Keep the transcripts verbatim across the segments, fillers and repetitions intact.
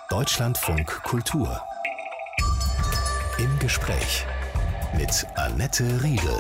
Deutschlandfunk Kultur. Im Gespräch mit Annette Riedel.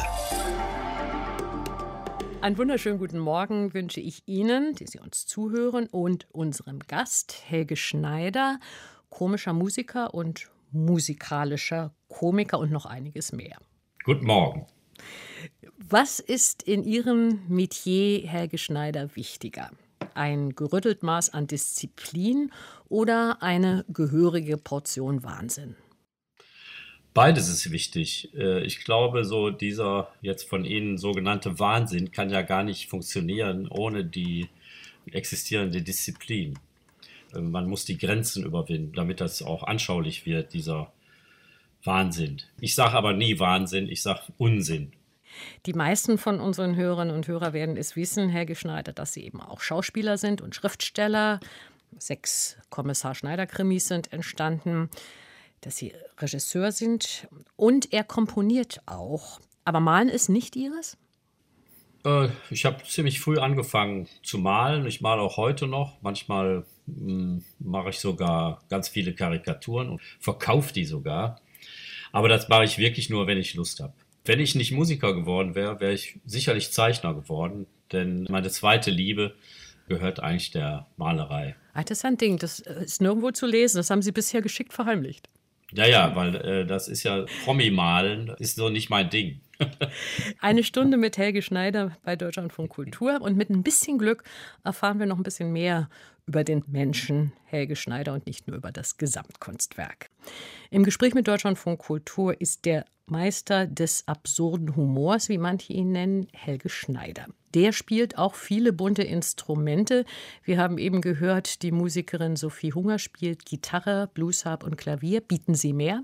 Einen wunderschönen guten Morgen wünsche ich Ihnen, die Sie uns zuhören, und unserem Gast Helge Schneider, komischer Musiker und musikalischer Komiker und noch einiges mehr. Guten Morgen. Was ist in Ihrem Metier, Helge Schneider, wichtiger? Ein gerüttelt Maß an Disziplin oder eine gehörige Portion Wahnsinn? Beides ist wichtig. Ich glaube, so dieser jetzt von Ihnen sogenannte Wahnsinn kann ja gar nicht funktionieren ohne die existierende Disziplin. Man muss die Grenzen überwinden, damit das auch anschaulich wird, dieser Wahnsinn. Ich sage aber nie Wahnsinn, ich sage Unsinn. Die meisten von unseren Hörerinnen und Hörern werden es wissen, Helge Schneider, dass Sie eben auch Schauspieler sind und Schriftsteller. Sechs Kommissar-Schneider-Krimis sind entstanden, dass Sie Regisseur sind und er komponiert auch. Aber Malen ist nicht Ihres? Äh, ich habe ziemlich früh angefangen zu malen. Ich male auch heute noch. Manchmal mh, mache ich sogar ganz viele Karikaturen und verkaufe die sogar. Aber das mache ich wirklich nur, wenn ich Lust habe. Wenn ich nicht Musiker geworden wäre, wäre ich sicherlich Zeichner geworden. Denn meine zweite Liebe gehört eigentlich der Malerei. Ah, das ist ein Ding, das ist nirgendwo zu lesen. Das haben Sie bisher geschickt verheimlicht. Ja, ja, weil äh, das ist ja, Promi-Malen ist so nicht mein Ding. Eine Stunde mit Helge Schneider bei Deutschlandfunk Kultur und mit ein bisschen Glück erfahren wir noch ein bisschen mehr über den Menschen Helge Schneider und nicht nur über das Gesamtkunstwerk. Im Gespräch mit Deutschlandfunk Kultur ist der Meister des absurden Humors, wie manche ihn nennen, Helge Schneider. Der spielt auch viele bunte Instrumente. Wir haben eben gehört, die Musikerin Sophie Hunger spielt Gitarre, Bluesharp und Klavier. Bieten Sie mehr?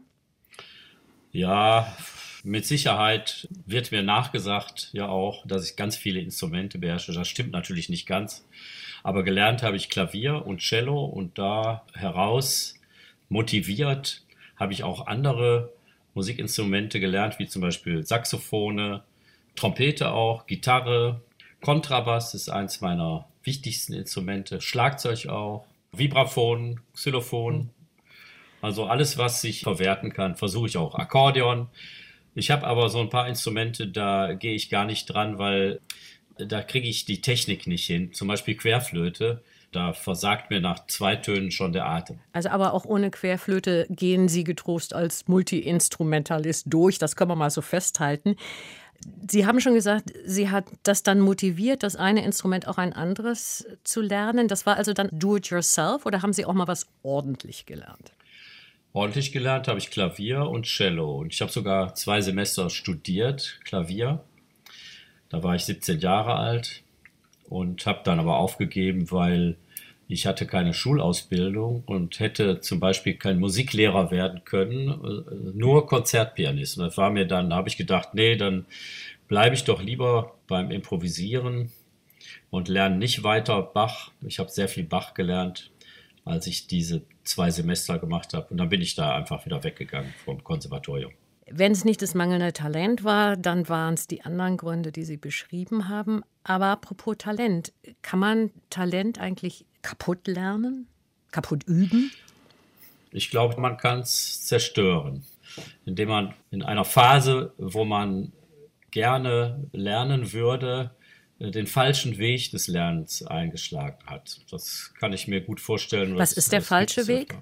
Ja, mit Sicherheit wird mir nachgesagt ja auch, dass ich ganz viele Instrumente beherrsche. Das stimmt natürlich nicht ganz. Aber gelernt habe ich Klavier und Cello und da heraus motiviert habe ich auch andere Musikinstrumente gelernt, wie zum Beispiel Saxophone, Trompete auch, Gitarre, Kontrabass ist eins meiner wichtigsten Instrumente, Schlagzeug auch, Vibraphon, Xylophon. Also alles, was sich verwerten kann, versuche ich auch. Akkordeon. Ich habe aber so ein paar Instrumente, da gehe ich gar nicht dran, weil da kriege ich die Technik nicht hin. Zum Beispiel Querflöte. Da versagt mir nach zwei Tönen schon der Atem. Also aber auch ohne Querflöte gehen Sie getrost als Multi-Instrumentalist durch. Das können wir mal so festhalten. Sie haben schon gesagt, Sie hat das dann motiviert, das eine Instrument auch ein anderes zu lernen. Das war also dann do-it-yourself oder haben Sie auch mal was ordentlich gelernt? Ordentlich gelernt habe ich Klavier und Cello. Und ich habe sogar zwei Semester studiert, Klavier. Da war ich siebzehn Jahre alt und habe dann aber aufgegeben, weil ich hatte keine Schulausbildung und hätte zum Beispiel kein Musiklehrer werden können, nur Konzertpianist. Und das war mir dann, da habe ich gedacht, nee, dann bleibe ich doch lieber beim Improvisieren und lerne nicht weiter Bach. Ich habe sehr viel Bach gelernt, als ich diese zwei Semester gemacht habe. Und dann bin ich da einfach wieder weggegangen vom Konservatorium. Wenn es nicht das mangelnde Talent war, dann waren es die anderen Gründe, die Sie beschrieben haben. Aber apropos Talent, kann man Talent eigentlich kaputt lernen, kaputt üben? Ich glaube, man kann es zerstören, indem man in einer Phase, wo man gerne lernen würde, den falschen Weg des Lernens eingeschlagen hat. Das kann ich mir gut vorstellen. Was ist der falsche Weg?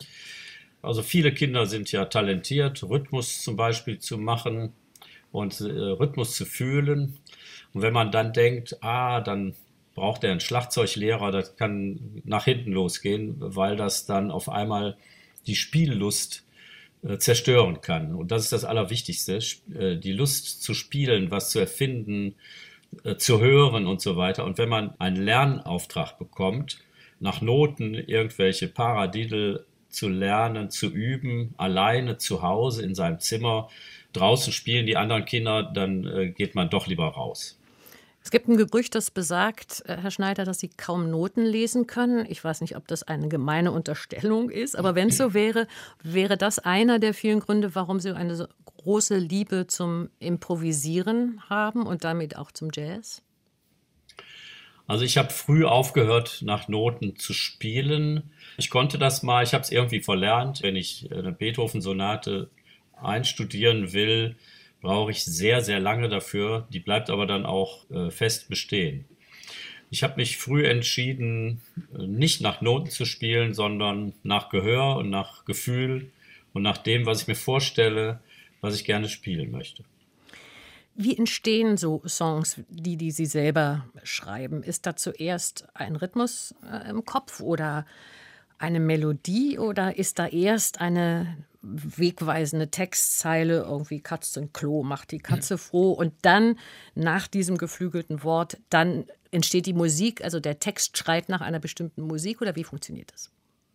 Also viele Kinder sind ja talentiert, Rhythmus zum Beispiel zu machen und äh, Rhythmus zu fühlen. Und wenn man dann denkt, ah, dann braucht er einen Schlagzeuglehrer, das kann nach hinten losgehen, weil das dann auf einmal die Spiellust äh, zerstören kann. Und das ist das Allerwichtigste, äh, die Lust zu spielen, was zu erfinden, äh, zu hören und so weiter. Und wenn man einen Lernauftrag bekommt, nach Noten irgendwelche Paradiddle zu lernen, zu üben, alleine zu Hause in seinem Zimmer, draußen spielen die anderen Kinder, dann äh, geht man doch lieber raus. Es gibt ein Gerücht, das besagt, Herr Schneider, dass Sie kaum Noten lesen können. Ich weiß nicht, ob das eine gemeine Unterstellung ist, aber wenn es so wäre, wäre das einer der vielen Gründe, warum Sie eine so große Liebe zum Improvisieren haben und damit auch zum Jazz? Also ich habe früh aufgehört, nach Noten zu spielen. Ich konnte das mal, ich habe es irgendwie verlernt. Wenn ich eine Beethoven-Sonate einstudieren will, brauche ich sehr, sehr lange dafür. Die bleibt aber dann auch äh, fest bestehen. Ich habe mich früh entschieden, nicht nach Noten zu spielen, sondern nach Gehör und nach Gefühl und nach dem, was ich mir vorstelle, was ich gerne spielen möchte. Wie entstehen so Songs, die, die Sie selber schreiben? Ist da zuerst ein Rhythmus äh, im Kopf oder eine Melodie oder ist da erst eine wegweisende Textzeile, irgendwie Katze in Klo, macht die Katze froh und dann nach diesem geflügelten Wort, dann entsteht die Musik, also der Text schreit nach einer bestimmten Musik oder wie funktioniert das?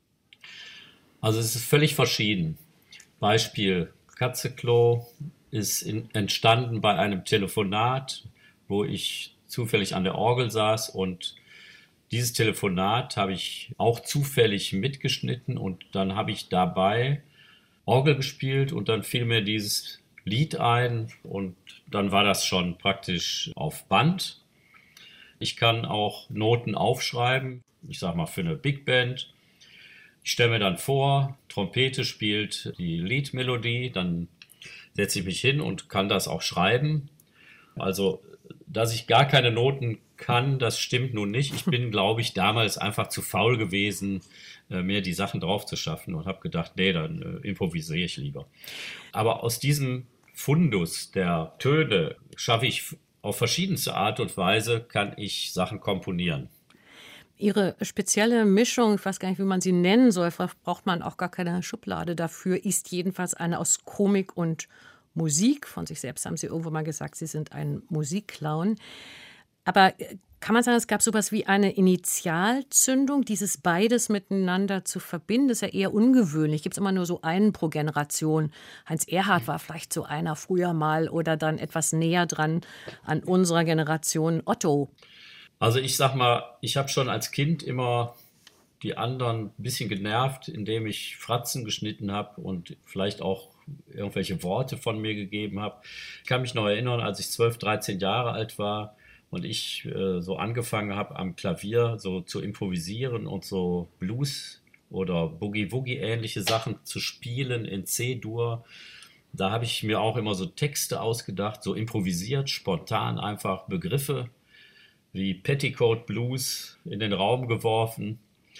Also es ist völlig verschieden. Beispiel Katze Klo ist in, entstanden bei einem Telefonat, wo ich zufällig an der Orgel saß und dieses Telefonat habe ich auch zufällig mitgeschnitten und dann habe ich dabei Orgel gespielt und dann fiel mir dieses Lied ein und dann war das schon praktisch auf Band. Ich kann auch Noten aufschreiben, ich sag mal für eine Big Band. Ich stelle mir dann vor, Trompete spielt die Liedmelodie, dann setze ich mich hin und kann das auch schreiben. Also, dass ich gar keine Noten kann, das stimmt nun nicht. Ich bin, glaube ich, damals einfach zu faul gewesen, äh, mir die Sachen drauf zu schaffen und habe gedacht, nee, dann äh, improvisiere ich lieber. Aber aus diesem Fundus der Töne schaffe ich auf verschiedenste Art und Weise, kann ich Sachen komponieren. Ihre spezielle Mischung, ich weiß gar nicht, wie man sie nennen soll, braucht man auch gar keine Schublade dafür, ist jedenfalls eine aus Komik und Musik. Von sich selbst haben Sie irgendwo mal gesagt, Sie sind ein Musikclown. Aber kann man sagen, es gab sowas wie eine Initialzündung, dieses beides miteinander zu verbinden? Das ist ja eher ungewöhnlich. Gibt es immer nur so einen pro Generation. Heinz Erhardt war vielleicht so einer früher mal oder dann etwas näher dran an unserer Generation. Otto. Also ich sag mal, ich habe schon als Kind immer die anderen ein bisschen genervt, indem ich Fratzen geschnitten habe und vielleicht auch irgendwelche Worte von mir gegeben habe. Ich kann mich noch erinnern, als ich zwölf, dreizehn Jahre alt war und ich äh, so angefangen habe am Klavier so zu improvisieren und so Blues oder Boogie-Woogie-ähnliche Sachen zu spielen in C-Dur. Da habe ich mir auch immer so Texte ausgedacht, so improvisiert, spontan einfach Begriffe wie Petticoat Blues in den Raum geworfen.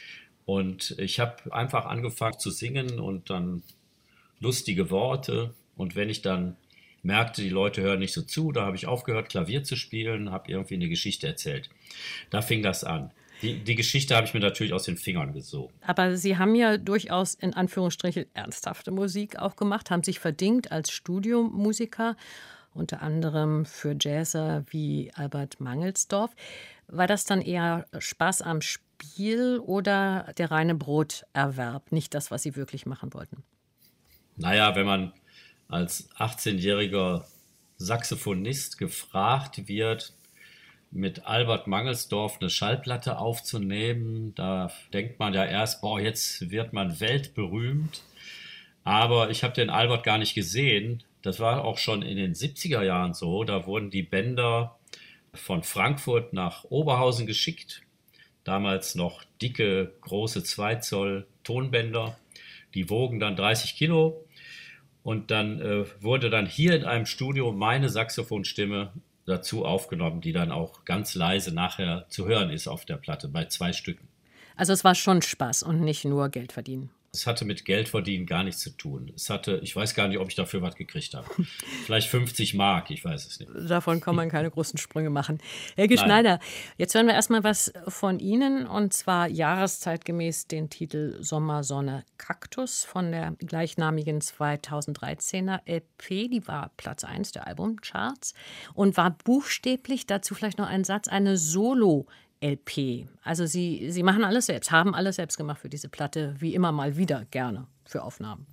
Und ich habe einfach angefangen zu singen und dann lustige Worte. Und wenn ich dann merkte, die Leute hören nicht so zu, da habe ich aufgehört, Klavier zu spielen, habe irgendwie eine Geschichte erzählt. Da fing das an. Die, die Geschichte habe ich mir natürlich aus den Fingern gesogen. Aber Sie haben ja durchaus in Anführungsstrichen ernsthafte Musik auch gemacht, haben sich verdingt als Studiomusiker, unter anderem für Jazzer wie Albert Mangelsdorf. War das dann eher Spaß am Spiel oder der reine Broterwerb, nicht das, was Sie wirklich machen wollten? Naja, wenn man als achtzehnjähriger Saxophonist gefragt wird, mit Albert Mangelsdorf eine Schallplatte aufzunehmen, da denkt man ja erst, boah, jetzt wird man weltberühmt. Aber ich habe den Albert gar nicht gesehen. Das war auch schon in den siebziger Jahren so. Da wurden die Bänder von Frankfurt nach Oberhausen geschickt. Damals noch dicke, große zwei Zoll Tonbänder. Die wogen dann dreißig Kilo. Und dann äh, wurde dann hier in einem Studio meine Saxophonstimme dazu aufgenommen, die dann auch ganz leise nachher zu hören ist auf der Platte, bei zwei Stücken. Also es war schon Spaß und nicht nur Geld verdienen. Es hatte mit Geldverdienen gar nichts zu tun. Es hatte, ich weiß gar nicht, ob ich dafür was gekriegt habe. Vielleicht fünfzig Mark, ich weiß es nicht. Davon kann man keine großen Sprünge machen. Helge Nein. Schneider, jetzt hören wir erstmal was von Ihnen und zwar jahreszeitgemäß den Titel Sommer, Sonne, Kaktus von der gleichnamigen zweitausenddreizehner L P. Die war Platz eins der Albumcharts und war buchstäblich, dazu vielleicht noch ein Satz, eine Solo- L P. Also Sie, Sie machen alles selbst, haben alles selbst gemacht für diese Platte, wie immer mal wieder gerne für Aufnahmen.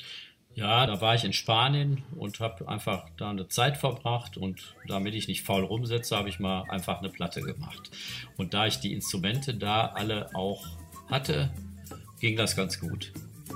Ja, da war ich in Spanien und habe einfach da eine Zeit verbracht und damit ich nicht faul rumsitze, habe ich mal einfach eine Platte gemacht. Und da ich die Instrumente da alle auch hatte, ging das ganz gut.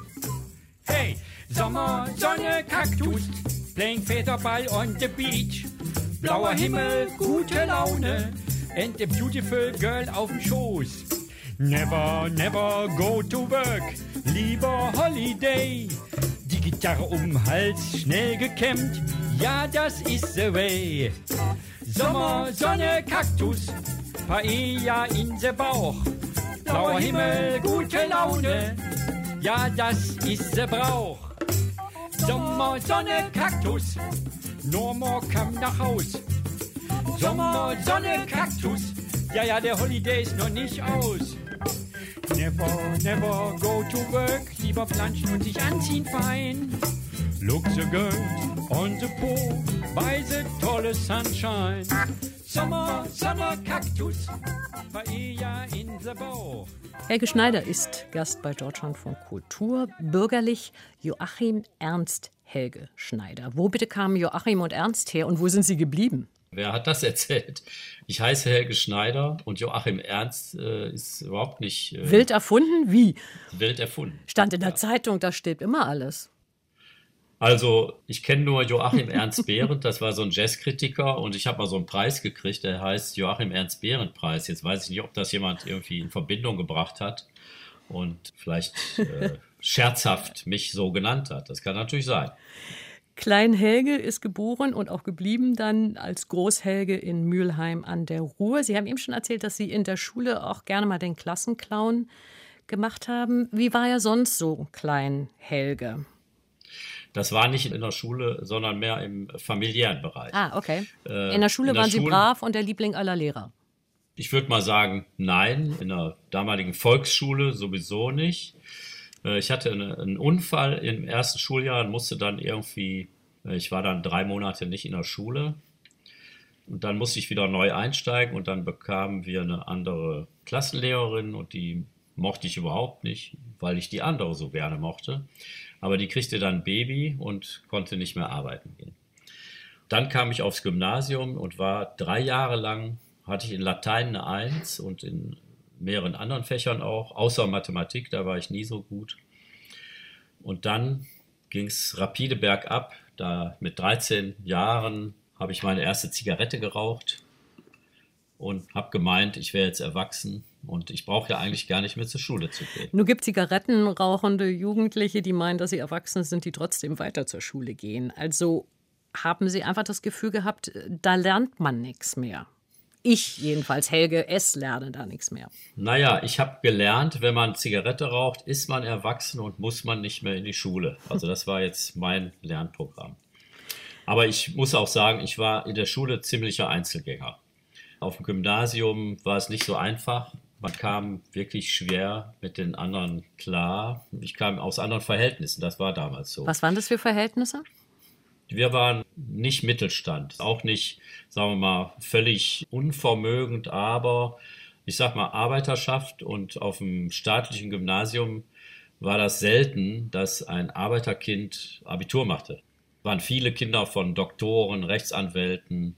Hey, Sommer, Sonne, Kaktus, playing Federball on the beach. Blauer Himmel, gute Laune. and a beautiful girl auf dem Schoß. Never, never go to work, lieber Holiday. Die Gitarre um den Hals, schnell gekämmt, ja, das ist the way. Sommer, Sonne, Kaktus, Paella in the Bauch. Blauer Himmel, gute Laune, ja, das ist the Brauch. Sommer, Sonne, Kaktus, Norma kam nach Haus. Sommer, Sonne, Kaktus, ja, ja, der Holiday ist noch nicht aus. Never, never go to work, lieber planschen und sich anziehen fein. Look the girls on the pool, by the tolle sunshine. Sommer, Sommer, Kaktus, Paella in the Bauch. Helge Schneider ist Gast bei Deutschlandfunk Kultur, bürgerlich Joachim Ernst Helge Schneider. Wo bitte kamen Joachim und Ernst her und wo sind sie geblieben? Wer hat das erzählt? Ich heiße Helge Schneider und Joachim Ernst äh, ist überhaupt nicht... Äh, wild erfunden? Wie? Wild erfunden. Stand in der ja. Zeitung, da steht immer alles. Also ich kenne nur Joachim Ernst Behrendt, das war so ein Jazzkritiker und ich habe mal so einen Preis gekriegt, der heißt Joachim Ernst Behrendt Preis. Jetzt weiß ich nicht, ob das jemand irgendwie in Verbindung gebracht hat und vielleicht äh, scherzhaft mich so genannt hat. Das kann natürlich sein. Klein Helge ist geboren und auch geblieben dann als Großhelge in Mülheim an der Ruhr. Sie haben eben schon erzählt, dass Sie in der Schule auch gerne mal den Klassenclown gemacht haben. Wie war er sonst so, Klein Helge? Das war nicht in der Schule, sondern mehr im familiären Bereich. Ah, okay. Äh, in der Schule in der waren Sie Schule, brav und der Liebling aller Lehrer? Ich würde mal sagen, nein. In der damaligen Volksschule sowieso nicht. Ich hatte einen Unfall im ersten Schuljahr und musste dann irgendwie, ich war dann drei Monate nicht in der Schule und dann musste ich wieder neu einsteigen und dann bekamen wir eine andere Klassenlehrerin und die mochte ich überhaupt nicht, weil ich die andere so gerne mochte. Aber die kriegte dann Baby und konnte nicht mehr arbeiten gehen. Dann kam ich aufs Gymnasium und war drei Jahre lang, hatte ich in Latein eine Eins und in mehreren anderen Fächern auch, außer Mathematik, da war ich nie so gut. Und dann ging es rapide bergab. Da mit dreizehn Jahren habe ich meine erste Zigarette geraucht und habe gemeint, ich wäre jetzt erwachsen und ich brauche ja eigentlich gar nicht mehr zur Schule zu gehen. Nur gibt es zigarettenrauchende Jugendliche, die meinen, dass sie erwachsen sind, die trotzdem weiter zur Schule gehen. Also haben Sie einfach das Gefühl gehabt, da lernt man nichts mehr. Ich jedenfalls, Helge S., lerne da nichts mehr. Naja, ich habe gelernt, wenn man Zigarette raucht, ist man erwachsen und muss man nicht mehr in die Schule. Also das war jetzt mein Lernprogramm. Aber ich muss auch sagen, ich war in der Schule ziemlicher Einzelgänger. Auf dem Gymnasium war es nicht so einfach. Man kam wirklich schwer mit den anderen klar. Ich kam aus anderen Verhältnissen, das war damals so. Was waren das für Verhältnisse? Wir waren nicht Mittelstand, auch nicht, sagen wir mal, völlig unvermögend, aber ich sag mal Arbeiterschaft und auf dem staatlichen Gymnasium war das selten, dass ein Arbeiterkind Abitur machte. Es waren viele Kinder von Doktoren, Rechtsanwälten,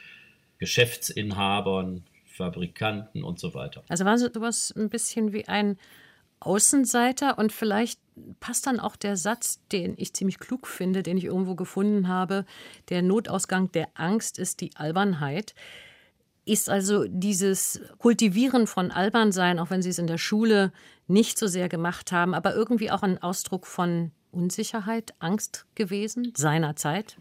Geschäftsinhabern, Fabrikanten und so weiter. Also war sowas ein bisschen wie ein Außenseiter und vielleicht passt dann auch der Satz, den ich ziemlich klug finde, den ich irgendwo gefunden habe, der Notausgang der Angst ist die Albernheit. Ist also dieses Kultivieren von Albernsein, auch wenn Sie es in der Schule nicht so sehr gemacht haben, aber irgendwie auch ein Ausdruck von Unsicherheit, Angst gewesen seinerzeit?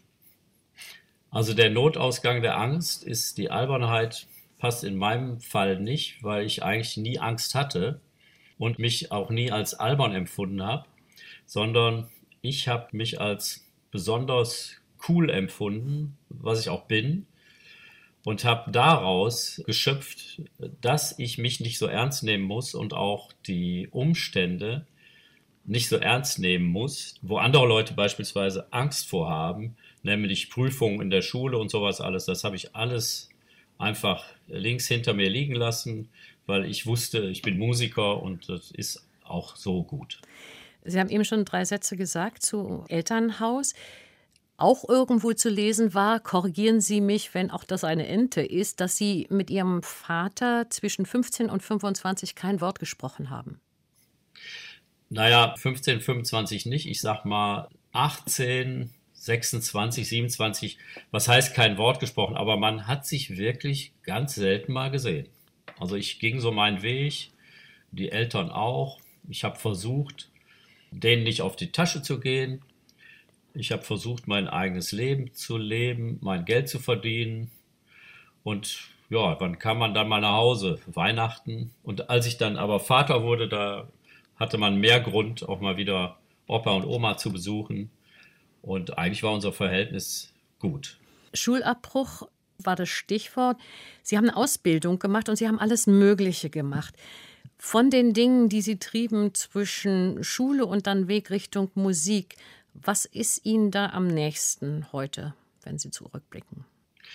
Also der Notausgang der Angst ist die Albernheit, passt in meinem Fall nicht, weil ich eigentlich nie Angst hatte und mich auch nie als albern empfunden habe, sondern ich habe mich als besonders cool empfunden, was ich auch bin, und habe daraus geschöpft, dass ich mich nicht so ernst nehmen muss und auch die Umstände nicht so ernst nehmen muss, wo andere Leute beispielsweise Angst vorhaben, nämlich Prüfungen in der Schule und sowas alles. Das habe ich alles einfach links hinter mir liegen lassen, weil ich wusste, ich bin Musiker und das ist auch so gut. Sie haben eben schon drei Sätze gesagt zu Elternhaus. Auch irgendwo zu lesen war, korrigieren Sie mich, wenn auch das eine Ente ist, dass Sie mit Ihrem Vater zwischen fünfzehn und fünfundzwanzig kein Wort gesprochen haben. Naja, fünfzehn, fünfundzwanzig nicht. Ich sag mal achtzehn, sechsundzwanzig, siebenundzwanzig, was heißt kein Wort gesprochen, aber man hat sich wirklich ganz selten mal gesehen. Also ich ging so meinen Weg, die Eltern auch. Ich habe versucht, denen nicht auf die Tasche zu gehen. Ich habe versucht, mein eigenes Leben zu leben, mein Geld zu verdienen. Und ja, wann kam man dann mal nach Hause? Weihnachten. Und als ich dann aber Vater wurde, da hatte man mehr Grund, auch mal wieder Opa und Oma zu besuchen. Und eigentlich war unser Verhältnis gut. Schulabbruch war das Stichwort. Sie haben eine Ausbildung gemacht und Sie haben alles Mögliche gemacht. Von den Dingen, die Sie trieben zwischen Schule und dann Weg Richtung Musik, was ist Ihnen da am nächsten heute, wenn Sie zurückblicken?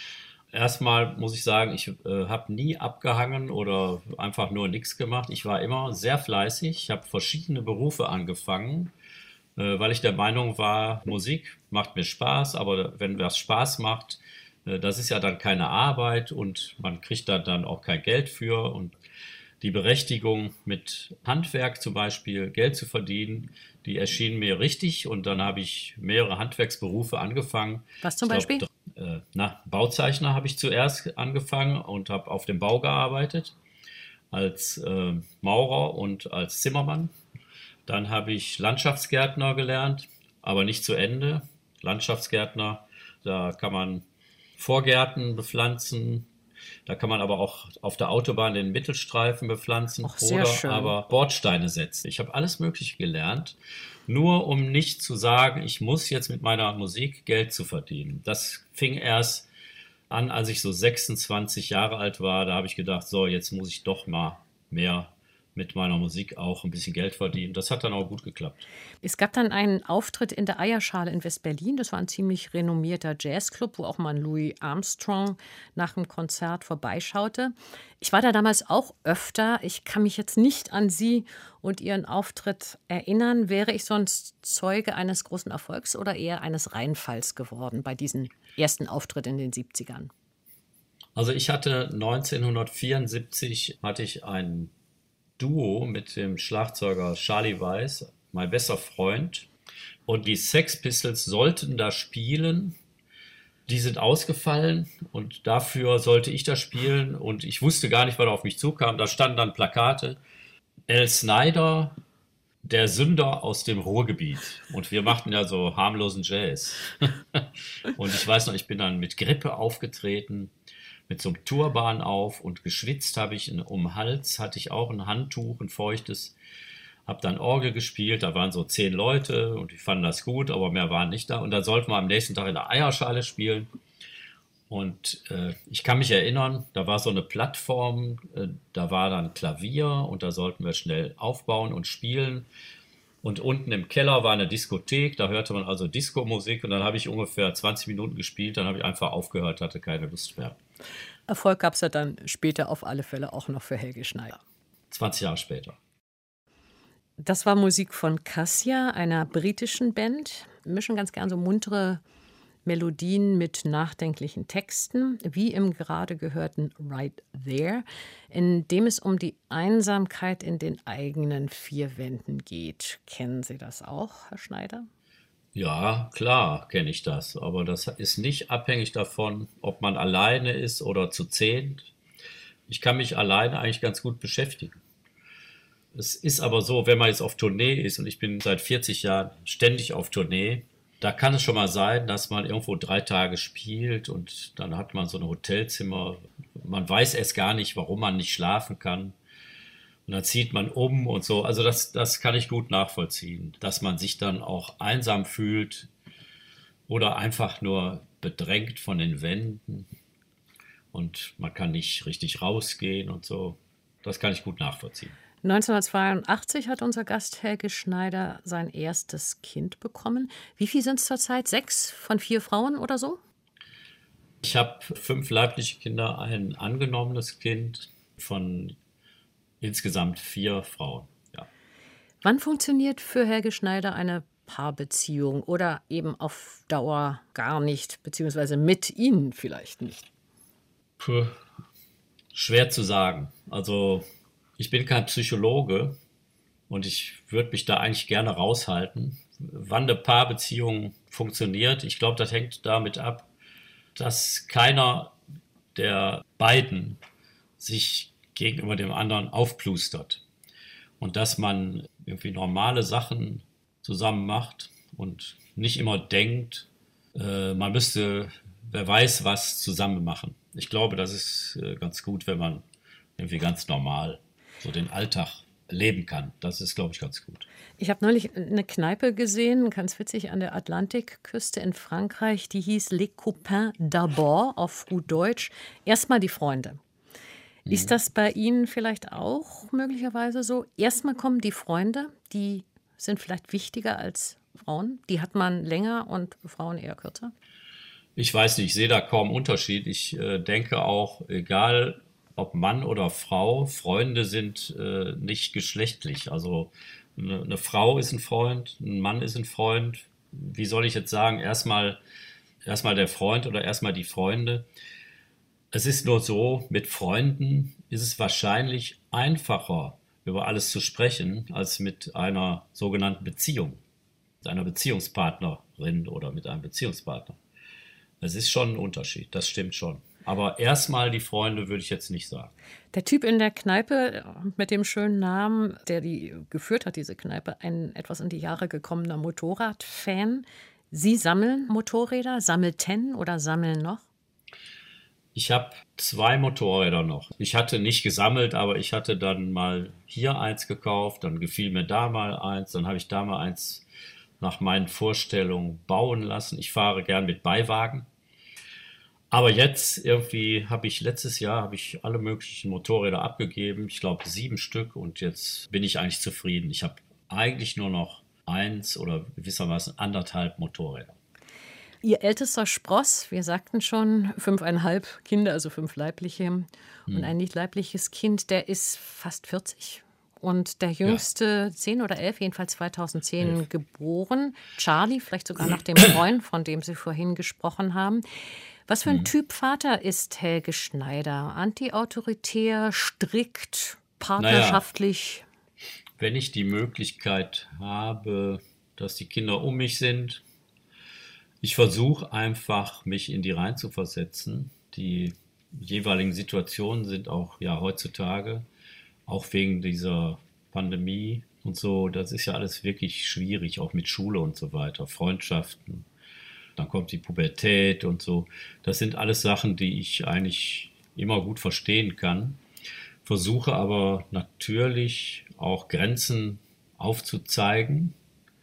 Erstmal muss ich sagen, ich äh, habe nie abgehangen oder einfach nur nichts gemacht. Ich war immer sehr fleißig. Ich habe verschiedene Berufe angefangen, äh, weil ich der Meinung war, Musik macht mir Spaß, aber wenn das Spaß macht, äh, das ist ja dann keine Arbeit und man kriegt da dann auch kein Geld für. Und die Berechtigung, mit Handwerk zum Beispiel Geld zu verdienen, die erschien mir richtig. Und dann habe ich mehrere Handwerksberufe angefangen. Was zum Ich Beispiel? Glaub, äh, na, Bauzeichner habe ich zuerst angefangen und habe auf dem Bau gearbeitet, als äh, Maurer und als Zimmermann. Dann habe ich Landschaftsgärtner gelernt, aber nicht zu Ende. Landschaftsgärtner, da kann man Vorgärten bepflanzen. Da kann man aber auch auf der Autobahn den Mittelstreifen bepflanzen Ach, sehr oder schön. aber Bordsteine setzen. Ich habe alles Mögliche gelernt, nur um nicht zu sagen, ich muss jetzt mit meiner Musik Geld zu verdienen. Das fing erst an, als ich so sechsundzwanzig Jahre alt war. Da habe ich gedacht, so, jetzt muss ich doch mal mehr mit meiner Musik auch ein bisschen Geld verdienen. Das hat dann auch gut geklappt. Es gab dann einen Auftritt in der Eierschale in West-Berlin. Das war ein ziemlich renommierter Jazzclub, wo auch mal Louis Armstrong nach dem Konzert vorbeischaute. Ich war da damals auch öfter. Ich kann mich jetzt nicht an Sie und Ihren Auftritt erinnern. Wäre ich sonst Zeuge eines großen Erfolgs oder eher eines Reinfalls geworden bei diesem ersten Auftritt in den siebzigern? Also ich hatte neunzehnhundertvierundsiebzig hatte ich einen Duo mit dem Schlagzeuger Charlie Weiss, mein bester Freund. Und die Sex Pistols sollten da spielen. Die sind ausgefallen und dafür sollte ich da spielen. Und ich wusste gar nicht, was auf mich zukam. Da standen dann Plakate. Al Snyder, der Sünder aus dem Ruhrgebiet. Und wir machten ja so harmlosen Jazz. Und ich weiß noch, ich bin dann mit Grippe aufgetreten, mit so einem Turban auf und geschwitzt habe ich, um den Hals hatte ich auch ein Handtuch, ein feuchtes, habe dann Orgel gespielt, da waren so zehn Leute und die fanden das gut, aber mehr waren nicht da und dann sollten wir am nächsten Tag in der Eierschale spielen und äh, ich kann mich erinnern, da war so eine Plattform, äh, da war dann Klavier und da sollten wir schnell aufbauen und spielen und unten im Keller war eine Diskothek, da hörte man also Disco-Musik und dann habe ich ungefähr zwanzig Minuten gespielt, dann habe ich einfach aufgehört, hatte keine Lust mehr. Erfolg gab es ja dann später auf alle Fälle auch noch für Helge Schneider. zwanzig Jahre später. Das war Musik von Cassia, einer britischen Band. Wir mischen ganz gern so muntere Melodien mit nachdenklichen Texten, wie im gerade gehörten Right There, in dem es um die Einsamkeit in den eigenen vier Wänden geht. Kennen Sie das auch, Herr Schneider? Ja, klar kenne ich das, aber das ist nicht abhängig davon, ob man alleine ist oder zu zehnt. Ich kann mich alleine eigentlich ganz gut beschäftigen. Es ist aber so, wenn man jetzt auf Tournee ist, und ich bin seit vierzig Jahren ständig auf Tournee, da kann es schon mal sein, dass man irgendwo drei Tage spielt und dann hat man so ein Hotelzimmer. Man weiß erst gar nicht, warum man nicht schlafen kann. Und dann zieht man um und so. Also das, das kann ich gut nachvollziehen, dass man sich dann auch einsam fühlt oder einfach nur bedrängt von den Wänden und man kann nicht richtig rausgehen und so. Das kann ich gut nachvollziehen. neunzehnhundertzweiundachtzig hat unser Gast Helge Schneider sein erstes Kind bekommen. Wie viel sind es zurzeit? Sechs von vier Frauen oder so? Ich habe fünf leibliche Kinder, ein angenommenes Kind von insgesamt vier Frauen. Ja. Wann funktioniert für Helge Schneider eine Paarbeziehung oder eben auf Dauer gar nicht, beziehungsweise mit Ihnen vielleicht nicht? Puh, schwer zu sagen. Also ich bin kein Psychologe und ich würde mich da eigentlich gerne raushalten. Wann eine Paarbeziehung funktioniert. Ich glaube, das hängt damit ab, dass keiner der beiden sich gegenüber dem anderen aufplustert. Und dass man irgendwie normale Sachen zusammen macht und nicht immer denkt, äh, man müsste, wer weiß was, zusammen machen. Ich glaube, das ist äh, ganz gut, wenn man irgendwie ganz normal so den Alltag leben kann. Das ist, glaube ich, ganz gut. Ich habe neulich eine Kneipe gesehen, ganz witzig, an der Atlantikküste in Frankreich. Die hieß Les Copains d'abord, auf gut Deutsch. Erstmal die Freunde. Mhm. Ist das bei Ihnen vielleicht auch möglicherweise so? Erstmal kommen die Freunde, die sind vielleicht wichtiger als Frauen. Die hat man länger und Frauen eher kürzer. Ich weiß nicht, ich sehe da kaum Unterschied. Ich äh, denke auch, egal ob Mann oder Frau, Freunde sind äh, nicht geschlechtlich. Also eine, eine Frau ist ein Freund, ein Mann ist ein Freund. Wie soll ich jetzt sagen, erstmal erstmal der Freund oder erstmal die Freunde. Es ist nur so, mit Freunden ist es wahrscheinlich einfacher, über alles zu sprechen, als mit einer sogenannten Beziehung, mit einer Beziehungspartnerin oder mit einem Beziehungspartner. Es ist schon ein Unterschied, das stimmt schon. Aber erstmal die Freunde würde ich jetzt nicht sagen. Der Typ in der Kneipe mit dem schönen Namen, der die geführt hat, diese Kneipe, ein etwas in die Jahre gekommener Motorradfan. Sie sammeln Motorräder, sammelten oder sammeln noch? Ich habe zwei Motorräder noch. Ich hatte nicht gesammelt, aber ich hatte dann mal hier eins gekauft, dann gefiel mir da mal eins, dann habe ich da mal eins nach meinen Vorstellungen bauen lassen. Ich fahre gern mit Beiwagen. Aber jetzt irgendwie habe ich, letztes Jahr habe ich alle möglichen Motorräder abgegeben. Ich glaube sieben Stück und jetzt bin ich eigentlich zufrieden. Ich habe eigentlich nur noch eins oder gewissermaßen anderthalb Motorräder. Ihr ältester Spross, wir sagten schon, fünfeinhalb Kinder, also fünf leibliche hm. und ein nicht leibliches Kind, der ist fast vierzig. Und der jüngste ja. zehn oder elf, jedenfalls zweitausendzehn elf. Geboren. Charlie, vielleicht sogar nach dem Freund, von dem Sie vorhin gesprochen haben. Was für ein mhm. Typ Vater ist Helge Schneider? Anti-autoritär, strikt, partnerschaftlich? Naja, wenn ich die Möglichkeit habe, dass die Kinder um mich sind, ich versuche einfach, mich in die reinzuversetzen. Die jeweiligen Situationen sind auch ja heutzutage, auch wegen dieser Pandemie und so, das ist ja alles wirklich schwierig, auch mit Schule und so weiter, Freundschaften. Dann kommt die Pubertät und so. Das sind alles Sachen, die ich eigentlich immer gut verstehen kann. Versuche aber natürlich auch Grenzen aufzuzeigen.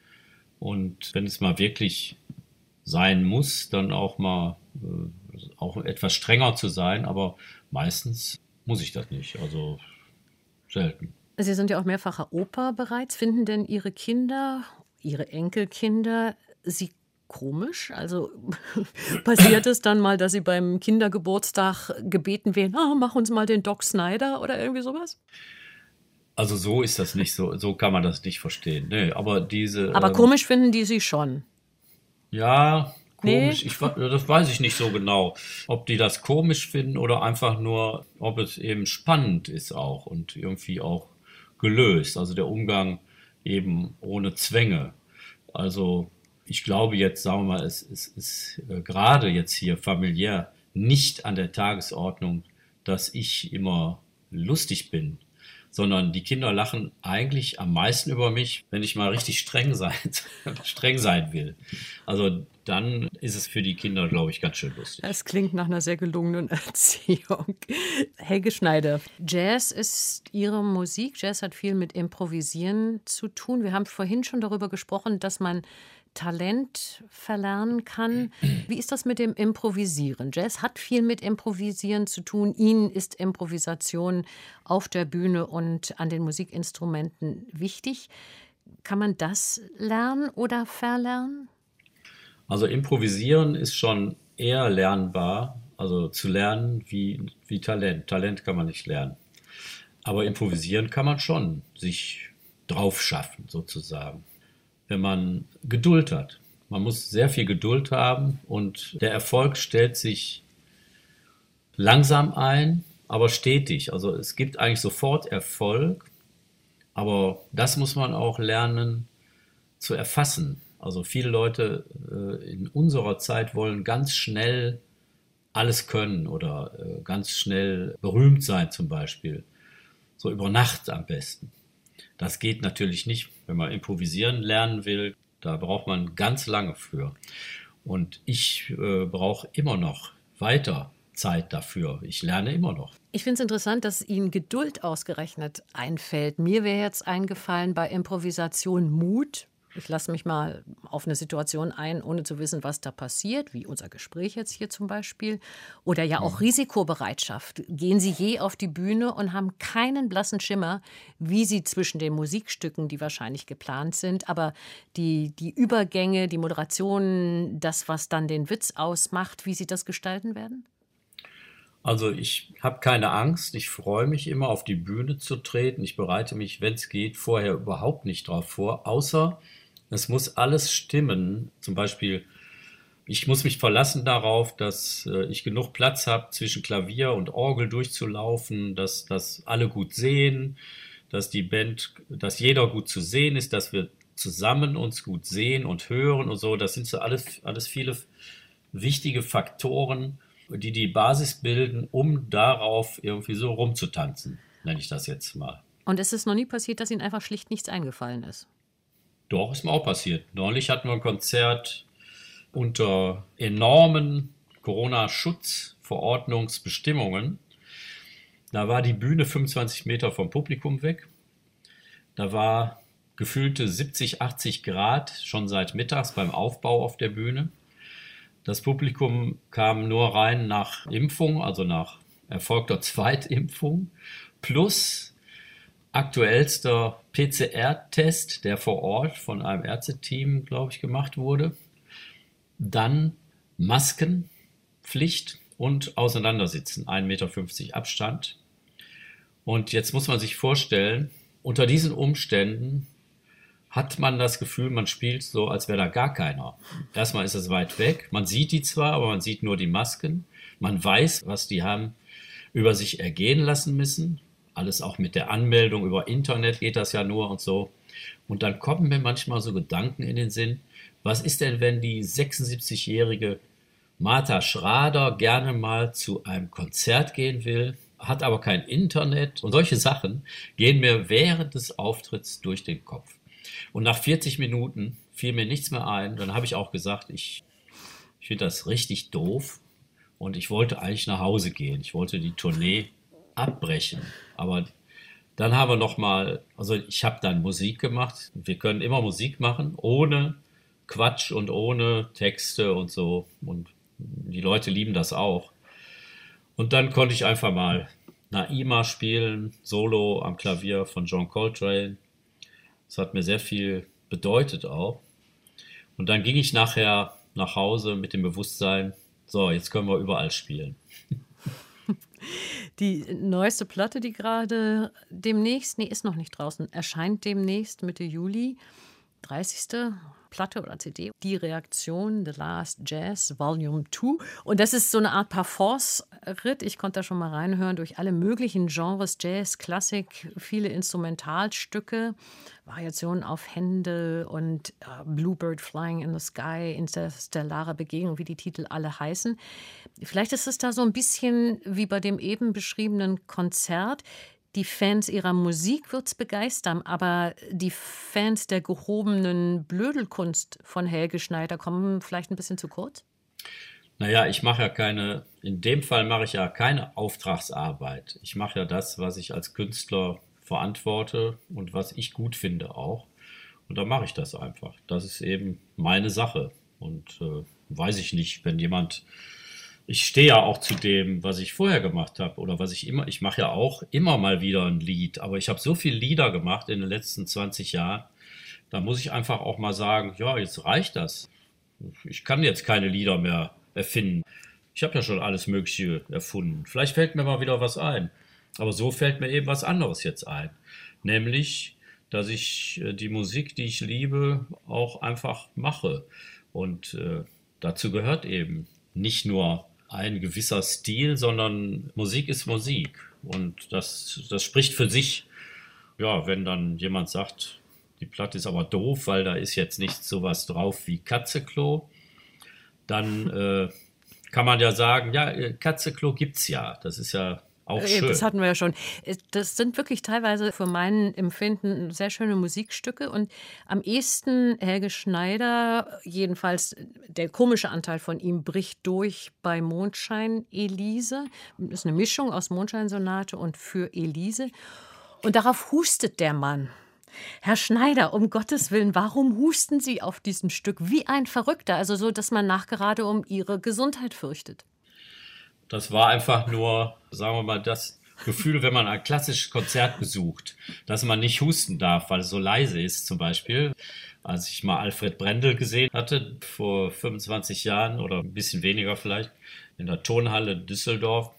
Und wenn es mal wirklich sein muss, dann auch mal äh, auch etwas strenger zu sein. Aber meistens muss ich das nicht. Also selten. Sie sind ja auch mehrfacher Opa bereits. Finden denn Ihre Kinder, Ihre Enkelkinder, Sie komisch? Also passiert es dann mal, dass Sie beim Kindergeburtstag gebeten werden, oh, mach uns mal den Doc Snyder oder irgendwie sowas? Also so ist das nicht, so, so kann man das nicht verstehen. Nee, aber diese. Aber ähm, komisch finden die Sie schon? Ja, komisch. Nee. Ich, das weiß ich nicht so genau, ob die das komisch finden oder einfach nur, ob es eben spannend ist auch und irgendwie auch gelöst. Also der Umgang eben ohne Zwänge. Also ich glaube jetzt, sagen wir mal, es, es ist äh, gerade jetzt hier familiär nicht an der Tagesordnung, dass ich immer lustig bin, sondern die Kinder lachen eigentlich am meisten über mich, wenn ich mal richtig streng sein, streng sein will. Also dann ist es für die Kinder, glaube ich, ganz schön lustig. Das klingt nach einer sehr gelungenen Erziehung. Helge Schneider, Jazz ist Ihre Musik. Jazz hat viel mit Improvisieren zu tun. Wir haben vorhin schon darüber gesprochen, dass man Talent verlernen kann. Wie ist das mit dem Improvisieren? Jazz hat viel mit Improvisieren zu tun. Ihnen ist Improvisation auf der Bühne und an den Musikinstrumenten wichtig. Kann man das lernen oder verlernen? Also improvisieren ist schon eher lernbar, also zu lernen wie, wie Talent. Talent kann man nicht lernen. Aber improvisieren kann man schon sich drauf schaffen, sozusagen. Wenn man Geduld hat. Man muss sehr viel Geduld haben und der Erfolg stellt sich langsam ein, aber stetig. Also es gibt eigentlich sofort Erfolg, aber das muss man auch lernen zu erfassen. Also viele Leute äh, in unserer Zeit wollen ganz schnell alles können oder äh, ganz schnell berühmt sein zum Beispiel. So über Nacht am besten. Das geht natürlich nicht, wenn man improvisieren lernen will. Da braucht man ganz lange für. Und ich äh, brauche immer noch weiter Zeit dafür. Ich lerne immer noch. Ich finde es interessant, dass Ihnen Geduld ausgerechnet einfällt. Mir wäre jetzt eingefallen bei Improvisation Mut. Ich lasse mich mal auf eine Situation ein, ohne zu wissen, was da passiert, wie unser Gespräch jetzt hier zum Beispiel. Oder ja auch Risikobereitschaft. Gehen Sie je auf die Bühne und haben keinen blassen Schimmer, wie Sie zwischen den Musikstücken, die wahrscheinlich geplant sind, aber die, die Übergänge, die Moderationen, das, was dann den Witz ausmacht, wie Sie das gestalten werden? Also ich habe keine Angst. Ich freue mich immer, auf die Bühne zu treten. Ich bereite mich, wenn es geht, vorher überhaupt nicht drauf vor, außer es muss alles stimmen. Zum Beispiel, ich muss mich verlassen darauf, dass äh, ich genug Platz habe, zwischen Klavier und Orgel durchzulaufen, dass, dass alle gut sehen, dass die Band, dass jeder gut zu sehen ist, dass wir zusammen uns gut sehen und hören und so. Das sind so alles, alles viele wichtige Faktoren, die die Basis bilden, um darauf irgendwie so rumzutanzen, nenne ich das jetzt mal. Und es ist noch nie passiert, dass Ihnen einfach schlicht nichts eingefallen ist? Doch, ist mir auch passiert. Neulich hatten wir ein Konzert unter enormen Corona-Schutzverordnungsbestimmungen. Da war die Bühne fünfundzwanzig Meter vom Publikum weg. Da war gefühlte siebzig, achtzig Grad schon seit mittags beim Aufbau auf der Bühne. Das Publikum kam nur rein nach Impfung, also nach erfolgter Zweitimpfung, plus aktuellster P C R-Test, der vor Ort von einem Ärzteteam, glaube ich, gemacht wurde. Dann Maskenpflicht und Auseinandersitzen, ein Meter fünfzig Abstand. Und jetzt muss man sich vorstellen, unter diesen Umständen hat man das Gefühl, man spielt so, als wäre da gar keiner. Erstmal ist es weit weg, man sieht die zwar, aber man sieht nur die Masken. Man weiß, was die haben über sich ergehen lassen müssen. Alles auch mit der Anmeldung über Internet geht das ja nur und so. Und dann kommen mir manchmal so Gedanken in den Sinn, was ist denn, wenn die sechsundsiebzigjährige Martha Schrader gerne mal zu einem Konzert gehen will, hat aber kein Internet und solche Sachen gehen mir während des Auftritts durch den Kopf. Und nach vierzig Minuten fiel mir nichts mehr ein. Dann habe ich auch gesagt, ich, ich finde das richtig doof und ich wollte eigentlich nach Hause gehen. Ich wollte die Tournee abbrechen. Aber dann haben wir noch mal, also ich habe dann Musik gemacht. Wir können immer Musik machen, ohne Quatsch und ohne Texte und so. Und die Leute lieben das auch. Und dann konnte ich einfach mal Naima spielen, Solo am Klavier von John Coltrane. Das hat mir sehr viel bedeutet auch. Und dann ging ich nachher nach Hause mit dem Bewusstsein, so, jetzt können wir überall spielen. Die neueste Platte, die gerade demnächst, nee, ist noch nicht draußen, erscheint demnächst Mitte Juli, dreißigste Platte oder C D, Die Reaktion, The Last Jazz, Volume zwei. Und das ist so eine Art Parforce-Ritt. Ich konnte da schon mal reinhören durch alle möglichen Genres, Jazz, Klassik, viele Instrumentalstücke, Variationen auf Händel und uh, Bluebird Flying in the Sky, Interstellare Begegnung, wie die Titel alle heißen. Vielleicht ist es da so ein bisschen wie bei dem eben beschriebenen Konzert. Die Fans ihrer Musik wird es begeistern, aber die Fans der gehobenen Blödelkunst von Helge Schneider kommen vielleicht ein bisschen zu kurz? Naja, ich mache ja keine, in dem Fall mache ich ja keine Auftragsarbeit. Ich mache ja das, was ich als Künstler verantworte und was ich gut finde auch. Und da mache ich das einfach. Das ist eben meine Sache. Und äh, weiß ich nicht, wenn jemand... Ich stehe ja auch zu dem, was ich vorher gemacht habe oder was ich immer, ich mache ja auch immer mal wieder ein Lied, aber ich habe so viele Lieder gemacht in den letzten zwanzig Jahren, da muss ich einfach auch mal sagen, ja, jetzt reicht das. Ich kann jetzt keine Lieder mehr erfinden. Ich habe ja schon alles Mögliche erfunden. Vielleicht fällt mir mal wieder was ein, aber so fällt mir eben was anderes jetzt ein, nämlich, dass ich die Musik, die ich liebe, auch einfach mache und äh, dazu gehört eben nicht nur ein gewisser Stil, sondern Musik ist Musik und das, das spricht für sich. Ja, wenn dann jemand sagt, Die Platte ist aber doof, weil da ist jetzt nicht sowas drauf wie Katzeklo. Dann äh, kann man ja sagen, ja, Katzeklo gibt's ja. Das ist ja auch schön. Das hatten wir ja schon. Das sind wirklich teilweise für mein Empfinden sehr schöne Musikstücke. Und am ehesten Helge Schneider, jedenfalls der komische Anteil von ihm, bricht durch bei Mondschein Elise. Das ist eine Mischung aus Mondscheinsonate und Für Elise. Und darauf hustet der Mann. Herr Schneider, um Gottes Willen, warum husten Sie auf diesem Stück wie ein Verrückter? Also so, dass man nachgerade um Ihre Gesundheit fürchtet. Das war einfach nur, sagen wir mal, das Gefühl, wenn man ein klassisches Konzert besucht, dass man nicht husten darf, weil es so leise ist zum Beispiel. Als ich mal Alfred Brendel gesehen hatte, vor fünfundzwanzig Jahren oder ein bisschen weniger vielleicht, in der Tonhalle Düsseldorf.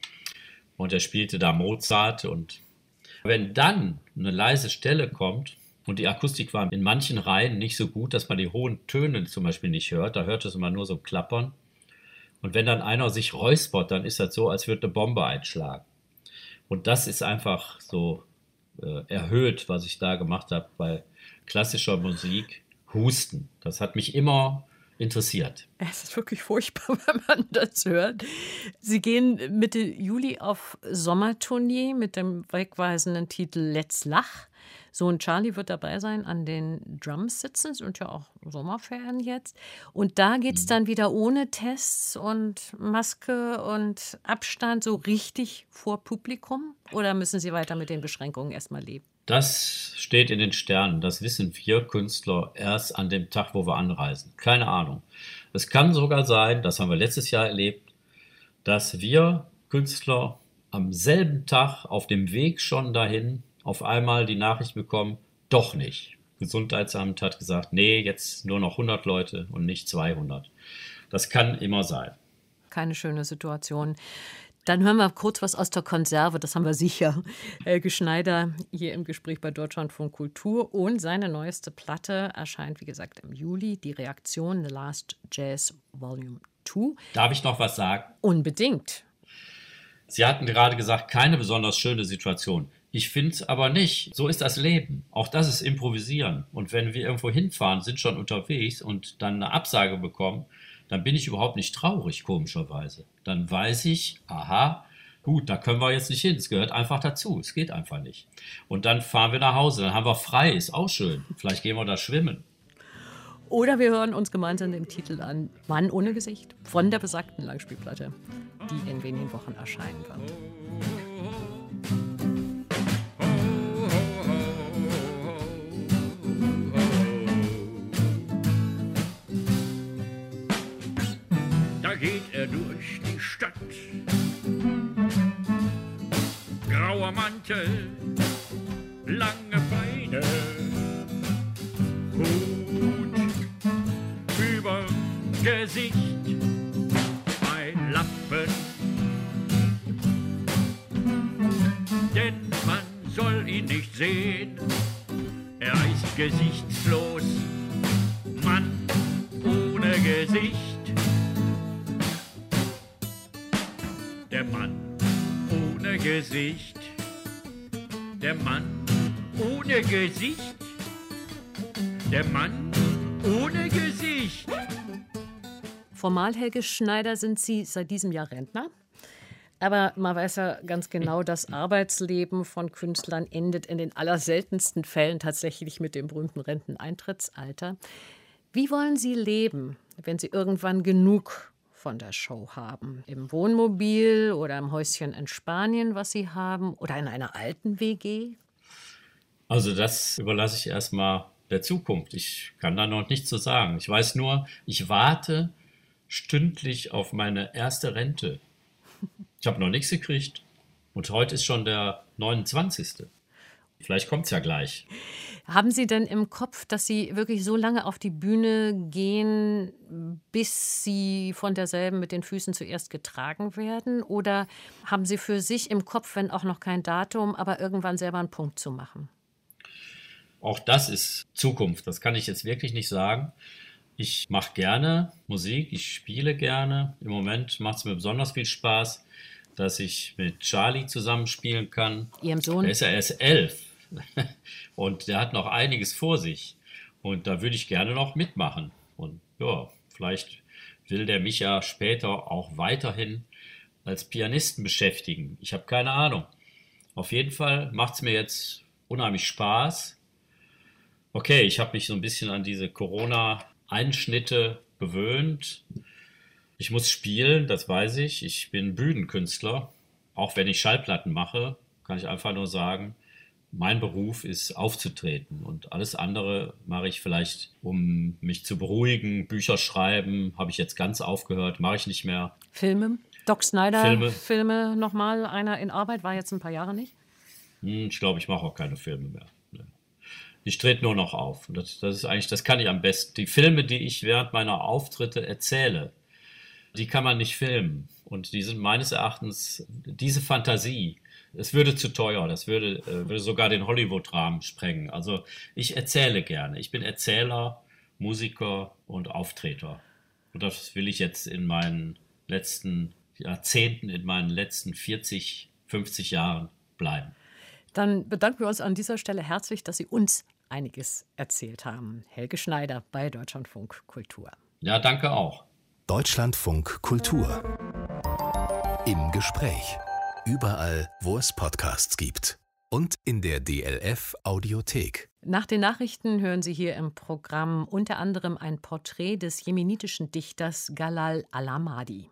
Und er spielte da Mozart. Und wenn dann eine leise Stelle kommt, und die Akustik war in manchen Reihen nicht so gut, dass man die hohen Töne zum Beispiel nicht hört, da hört es immer nur so klappern. Und wenn dann einer sich räuspert, dann ist das so, als würde eine Bombe einschlagen. Und das ist einfach so äh, erhöht, was ich da gemacht habe bei klassischer Musik. Husten. Das hat mich immer interessiert. Es ist wirklich furchtbar, wenn man das hört. Sie gehen Mitte Juli auf Sommertournee mit dem wegweisenden Titel Let's Lach. Sohn Charlie wird dabei sein, an den Drums sitzen, sind ja auch Sommerferien jetzt. Und da geht es dann wieder ohne Tests und Maske und Abstand so richtig vor Publikum? Oder müssen Sie weiter mit den Beschränkungen erstmal leben? Das steht in den Sternen. Das wissen wir Künstler erst an dem Tag, wo wir anreisen. Keine Ahnung. Es kann sogar sein, das haben wir letztes Jahr erlebt, dass wir Künstler am selben Tag auf dem Weg schon dahin auf einmal die Nachricht bekommen, doch nicht. Gesundheitsamt hat gesagt, nee, jetzt nur noch hundert Leute und nicht zweihundert. Das kann immer sein. Keine schöne Situation. Dann hören wir kurz was aus der Konserve, das haben wir sicher. Helge Schneider hier im Gespräch bei Deutschlandfunk Kultur. Und seine neueste Platte erscheint, wie gesagt, im Juli. Die Reaktion, The Last Jazz Volume zwei. Darf ich noch was sagen? Unbedingt. Sie hatten gerade gesagt, keine besonders schöne Situation. Ich finde es aber nicht. So ist das Leben. Auch das ist Improvisieren. Und wenn wir irgendwo hinfahren, sind schon unterwegs und dann eine Absage bekommen, dann bin ich überhaupt nicht traurig, komischerweise. Dann weiß ich, aha, gut, da können wir jetzt nicht hin. Es gehört einfach dazu. Es geht einfach nicht. Und dann fahren wir nach Hause. Dann haben wir frei. Ist auch schön. Vielleicht gehen wir da schwimmen. Oder wir hören uns gemeinsam den Titel an, Mann ohne Gesicht, von der besagten Langspielplatte, die in wenigen Wochen erscheinen wird. Da geht er durch die Stadt. Grauer Mantel, lange Beine, Hut über Gesicht, ein Lappen. Denn man soll ihn nicht sehen, er ist gesichtslos, Mann ohne Gesicht. Der Mann ohne Gesicht, der Mann ohne Gesicht, der Mann ohne Gesicht. Formal, Helge Schneider, sind Sie seit diesem Jahr Rentner. Aber man weiß ja ganz genau, das Arbeitsleben von Künstlern endet in den allerseltensten Fällen tatsächlich mit dem berühmten Renteneintrittsalter. Wie wollen Sie leben, wenn Sie irgendwann genug von der Show haben? Im Wohnmobil oder im Häuschen in Spanien, was Sie haben, oder in einer alten W G? Also das überlasse ich erstmal der Zukunft. Ich kann da noch nichts zu sagen. Ich weiß nur, ich warte stündlich auf meine erste Rente. Ich habe noch nichts gekriegt und heute ist schon der neunundzwanzigste Vielleicht kommt es ja gleich. Haben Sie denn im Kopf, dass Sie wirklich so lange auf die Bühne gehen, bis Sie von derselben mit den Füßen zuerst getragen werden? Oder haben Sie für sich im Kopf, wenn auch noch kein Datum, aber irgendwann selber einen Punkt zu machen? Auch das ist Zukunft, das kann ich jetzt wirklich nicht sagen. Ich mache gerne Musik, ich spiele gerne. Im Moment macht es mir besonders viel Spaß, dass ich mit Charlie zusammen spielen kann. Ihrem Sohn? Der ist ja erst elf. Und der hat noch einiges vor sich. Und da würde ich gerne noch mitmachen. Und ja, vielleicht will der mich ja später auch weiterhin als Pianisten beschäftigen. Ich habe keine Ahnung. Auf jeden Fall macht es mir jetzt unheimlich Spaß. Okay, ich habe mich so ein bisschen an diese Corona-Einschnitte gewöhnt. Ich muss spielen, das weiß ich. Ich bin Bühnenkünstler. Auch wenn ich Schallplatten mache, kann ich einfach nur sagen, mein Beruf ist aufzutreten. Und alles andere mache ich vielleicht, um mich zu beruhigen. Bücher schreiben habe ich jetzt ganz aufgehört, mache ich nicht mehr. Filme? Doc Snyder, Filme, Filme nochmal, einer in Arbeit, war jetzt ein paar Jahre nicht? Hm, ich glaube, ich mache auch keine Filme mehr. Ich trete nur noch auf. Und das, das ist eigentlich, das kann ich am besten. Die Filme, die ich während meiner Auftritte erzähle, die kann man nicht filmen. Und die sind meines Erachtens, diese Fantasie, es würde zu teuer, das würde, äh, würde sogar den Hollywood-Rahmen sprengen. Also ich erzähle gerne. Ich bin Erzähler, Musiker und Auftreter. Und das will ich jetzt in meinen letzten Jahrzehnten, in meinen letzten vierzig, fünfzig Jahren bleiben. Dann bedanken wir uns an dieser Stelle herzlich, dass Sie uns einiges erzählt haben. Helge Schneider bei Deutschlandfunk Kultur. Ja, danke auch. Deutschlandfunk Kultur. Im Gespräch. Überall, wo es Podcasts gibt. Und in der D L F Audiothek. Nach den Nachrichten hören Sie hier im Programm unter anderem ein Porträt des jemenitischen Dichters Galal Al-Ahmadi.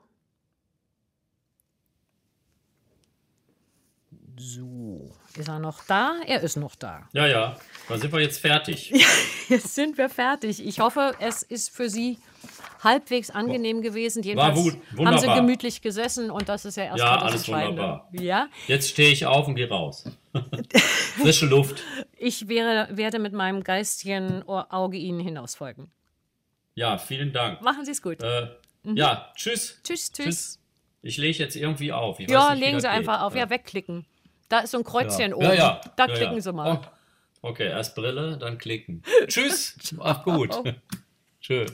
So, ist er noch da? Er ist noch da. Ja, ja, dann sind wir jetzt fertig. Jetzt sind wir fertig. Ich hoffe, es ist für Sie halbwegs angenehm gewesen. Jedenfalls War haben Sie gemütlich gesessen und das ist ja erstmal Ja, das alles Entscheidende. wunderbar. Ja? Jetzt stehe ich auf und gehe raus. Frische Luft. Ich wäre, werde mit meinem geistigen Ohr- Auge Ihnen hinausfolgen. Ja, vielen Dank. Machen Sie es gut. Äh, Ja, tschüss. Tschüss, tschüss. Ich lege jetzt irgendwie auf. Ich Ja, weiß nicht, wie legen das Sie einfach geht. auf. Ja, wegklicken. Da ist so ein Kreuzchen Ja. oben. Ja, ja. Da Ja, klicken ja. Sie mal. Oh. Okay, erst Brille, dann klicken. Tschüss. Ach gut. Tschö.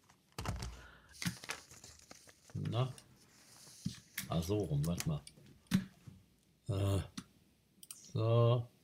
Na? Ach so rum, warte mal. Äh, so.